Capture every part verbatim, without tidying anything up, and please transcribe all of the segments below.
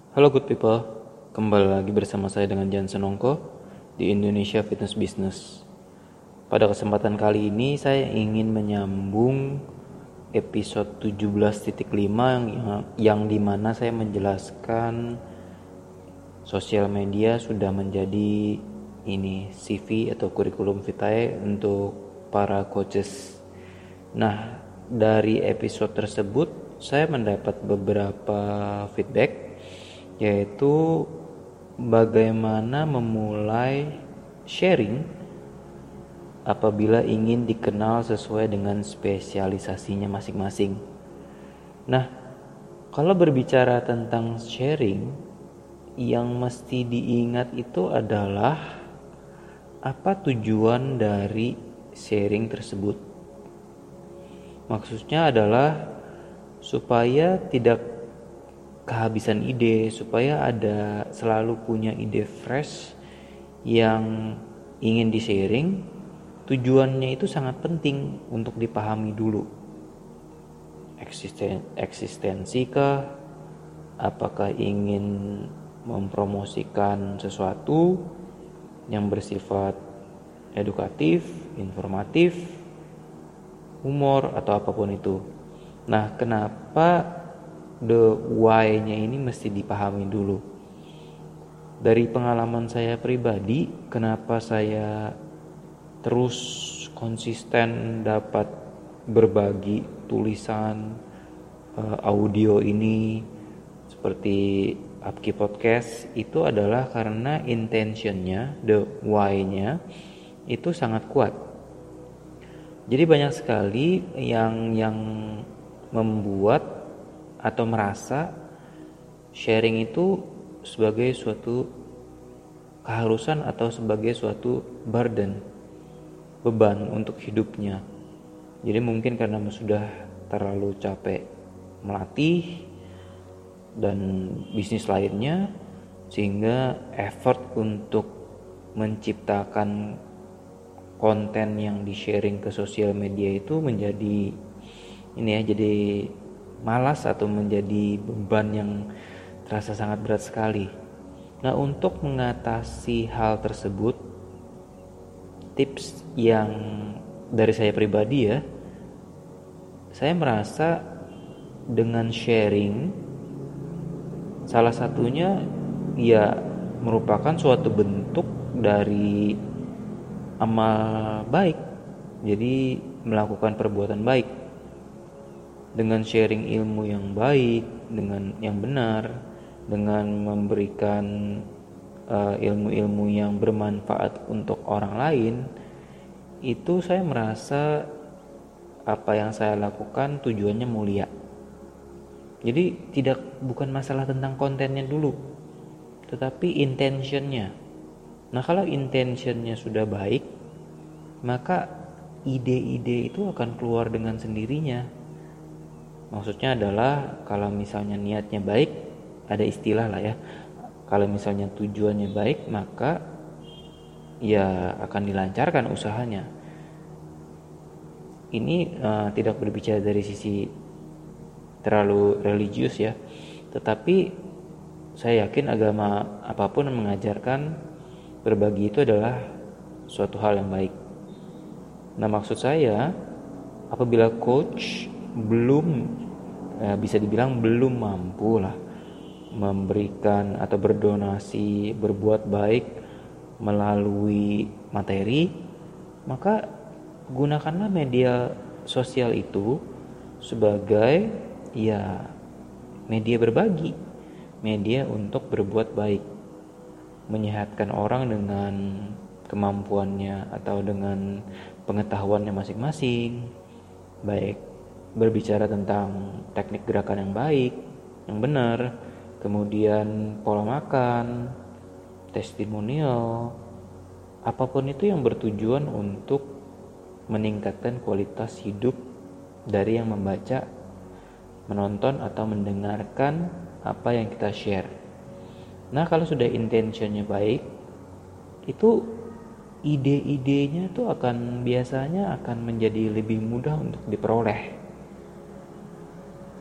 Halo good people, kembali lagi bersama saya dengan Jan Senongko di Indonesia Fitness Business. Pada kesempatan kali ini saya ingin menyambung episode tujuh belas titik lima yang, yang dimana saya menjelaskan sosial media sudah menjadi ini C V atau kurikulum vitae untuk para coaches. Nah, dari episode tersebut saya mendapat beberapa feedback, yaitu bagaimana memulai sharing apabila ingin dikenal sesuai dengan spesialisasinya masing-masing. Nah, kalau berbicara tentang sharing, yang mesti diingat itu adalah apa tujuan dari sharing tersebut. Maksudnya adalah supaya tidak kehabisan ide, supaya ada selalu punya ide fresh yang ingin di-sharing. Tujuannya itu sangat penting untuk dipahami dulu. Eksisten, eksistensi kah? Apakah ingin mempromosikan sesuatu yang bersifat edukatif, informatif, humor, atau apapun itu. Nah, kenapa the why-nya ini mesti dipahami dulu. Dari pengalaman saya pribadi, kenapa saya terus konsisten dapat berbagi tulisan, audio ini seperti Upki Podcast, itu adalah karena intentionnya, the why-nya itu sangat kuat. Jadi banyak sekali yang yang membuat atau merasa sharing itu sebagai suatu keharusan atau sebagai suatu burden, beban untuk hidupnya. Jadi mungkin karena sudah terlalu capek melatih dan bisnis lainnya, sehingga effort untuk menciptakan konten yang di-sharing ke sosial media itu menjadi ini ya, jadi malas atau menjadi beban yang terasa sangat berat sekali. Nah, untuk mengatasi hal tersebut, tips yang dari saya pribadi ya, saya merasa dengan sharing, salah satunya ya merupakan suatu bentuk dari amal baik. Jadi melakukan perbuatan baik dengan sharing ilmu yang baik, dengan yang benar, dengan memberikan uh, ilmu-ilmu yang bermanfaat untuk orang lain. Itu saya merasa apa yang saya lakukan tujuannya mulia. Jadi tidak bukan masalah tentang kontennya dulu, tetapi intentionnya. Nah, kalau intentionnya sudah baik, maka ide-ide itu akan keluar dengan sendirinya. Maksudnya adalah kalau misalnya niatnya baik, ada istilah lah ya, kalau misalnya tujuannya baik, maka ya akan dilancarkan usahanya. Ini uh, tidak berbicara dari sisi terlalu religius ya, tetapi saya yakin agama apapun mengajarkan berbagi itu adalah suatu hal yang baik. Nah, maksud saya apabila coach belum eh, bisa dibilang belum mampu lah memberikan atau berdonasi, berbuat baik melalui materi, maka gunakanlah media sosial itu sebagai ya media berbagi, media untuk berbuat baik, menyehatkan orang dengan kemampuannya atau dengan pengetahuannya masing-masing, baik berbicara tentang teknik gerakan yang baik, yang benar, kemudian pola makan, testimonial, apapun itu yang bertujuan untuk meningkatkan kualitas hidup dari yang membaca, menonton, atau mendengarkan apa yang kita share. Nah, kalau sudah intentionnya baik, itu ide-idenya tuh akan biasanya akan menjadi lebih mudah untuk diperoleh.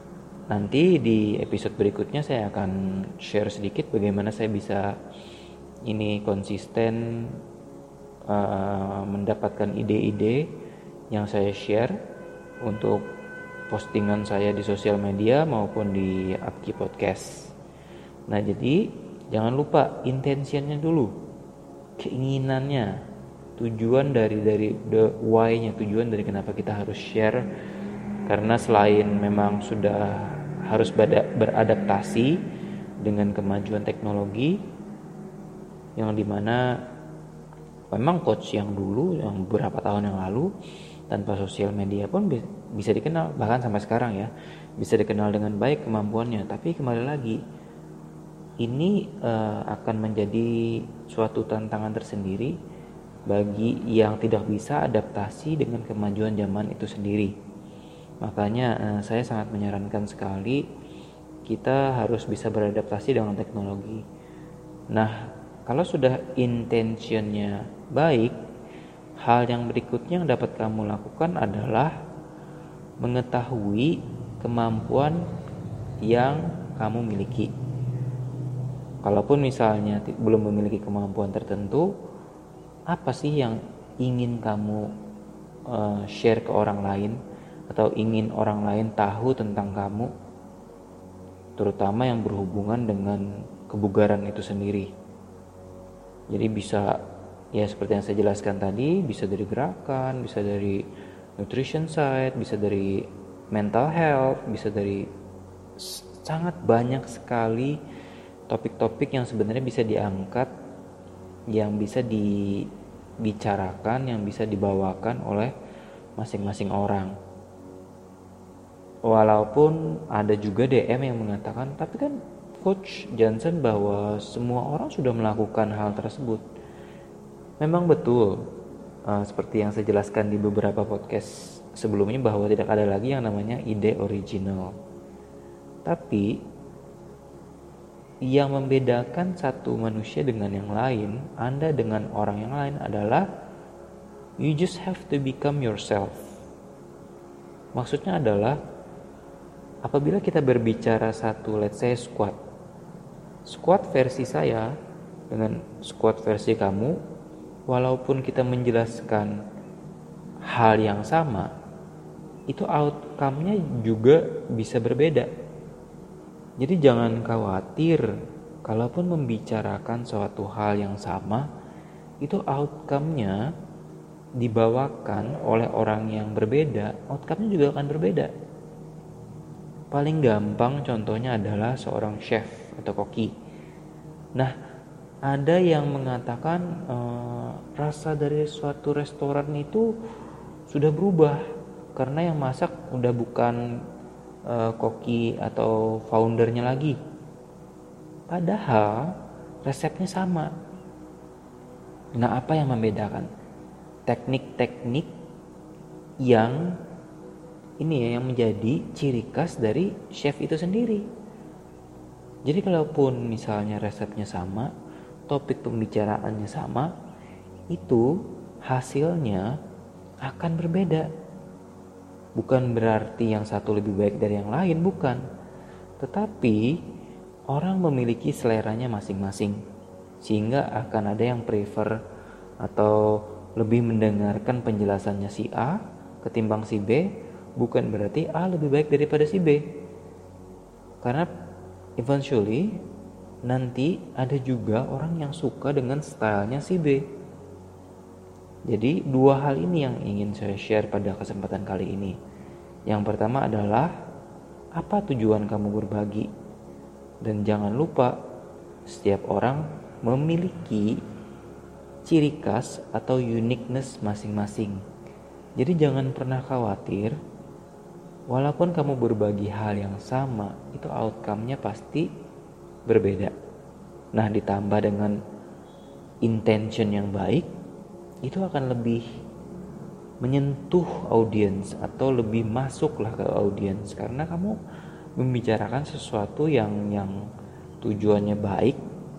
nanti di episode berikutnya saya akan share sedikit bagaimana saya bisa ini konsisten uh, mendapatkan ide-ide yang saya share untuk postingan saya di sosial media maupun di Apki Podcast. Nah, jadi jangan lupa intentionnya dulu, keinginannya, tujuan dari dari the why-nya, tujuan dari kenapa kita harus share. Karena selain memang sudah harus beradaptasi dengan kemajuan teknologi, yang dimana memang coach yang dulu, yang beberapa tahun yang lalu tanpa sosial media pun bisa dikenal, bahkan sampai sekarang ya bisa dikenal dengan baik kemampuannya. Tapi kembali lagi, ini uh, akan menjadi suatu tantangan tersendiri bagi yang tidak bisa adaptasi dengan kemajuan zaman itu sendiri. Makanya uh, saya sangat menyarankan sekali kita harus bisa beradaptasi dengan teknologi. Nah, kalau sudah intentionnya baik, hal yang berikutnya yang dapat kamu lakukan adalah mengetahui kemampuan yang kamu miliki. Kalaupun misalnya belum memiliki kemampuan tertentu, apa sih yang ingin kamu uh, share ke orang lain atau ingin orang lain tahu tentang kamu, terutama yang berhubungan dengan kebugaran itu sendiri. Jadi bisa ya seperti yang saya jelaskan tadi, bisa dari gerakan, bisa dari nutrition side, bisa dari mental health, bisa dari sangat banyak sekali topik-topik yang sebenarnya bisa diangkat, yang bisa dibicarakan, yang bisa dibawakan oleh masing-masing orang. Walaupun ada juga D M yang mengatakan, tapi kan Coach Johnson bahwa semua orang sudah melakukan hal tersebut. Memang betul, uh, seperti yang saya jelaskan di beberapa podcast sebelumnya, bahwa tidak ada lagi yang namanya ide original. Tapi yang membedakan satu manusia dengan yang lain, Anda dengan orang yang lain adalah you just have to become yourself. Maksudnya adalah apabila kita berbicara satu, let's say squat, squat versi saya dengan squat versi kamu, walaupun kita menjelaskan hal yang sama, itu outcome-nya juga bisa berbeda. Jadi jangan khawatir, kalaupun membicarakan suatu hal yang sama, itu outcome-nya dibawakan oleh orang yang berbeda, outcome-nya juga akan berbeda. Paling gampang contohnya adalah seorang chef atau koki. Nah, ada yang mengatakan eh, rasa dari suatu restoran itu sudah berubah karena yang masak udah bukan eh, koki atau foundernya lagi. Padahal resepnya sama. Nah, apa yang membedakan? Teknik-teknik yang ini ya yang menjadi ciri khas dari chef itu sendiri. Jadi kalaupun misalnya resepnya sama, topik pembicaraannya sama, itu hasilnya akan berbeda. Bukan berarti yang satu lebih baik dari yang lain, bukan. Tetapi orang memiliki seleranya masing-masing, sehingga akan ada yang prefer atau lebih mendengarkan penjelasannya si A ketimbang si B. Bukan berarti A lebih baik daripada si B. Karena eventually nanti ada juga orang yang suka dengan stylenya si B. Jadi dua hal ini yang ingin saya share pada kesempatan kali ini. Yang pertama adalah apa tujuan kamu berbagi. Dan jangan lupa setiap orang memiliki ciri khas atau uniqueness masing-masing. Jadi jangan pernah khawatir, walaupun kamu berbagi hal yang sama, itu outcome-nya pasti berbeda. Nah, ditambah dengan intention yang baik, itu akan lebih menyentuh audiens atau lebih masuklah ke audiens karena kamu membicarakan sesuatu yang yang tujuannya baik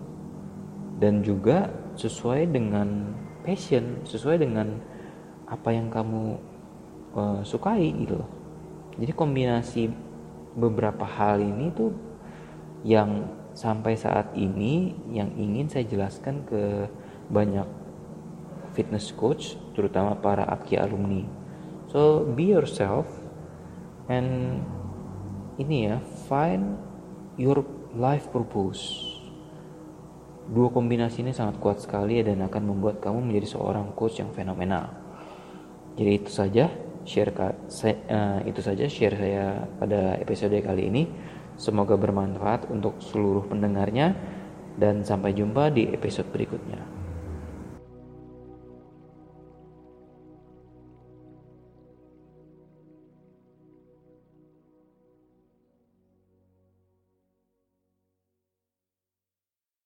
dan juga sesuai dengan passion, sesuai dengan apa yang kamu uh, sukai gitu loh. Jadi kombinasi beberapa hal ini tuh yang sampai saat ini yang ingin saya jelaskan ke banyak fitness coach, terutama para Aki alumni. So be yourself and ini ya, find your life purpose. Dua kombinasi ini sangat kuat sekali dan akan membuat kamu menjadi seorang coach yang fenomenal. Jadi itu saja share saya, uh, itu saja share saya pada episode kali ini. Semoga bermanfaat untuk seluruh pendengarnya dan sampai jumpa di episode berikutnya.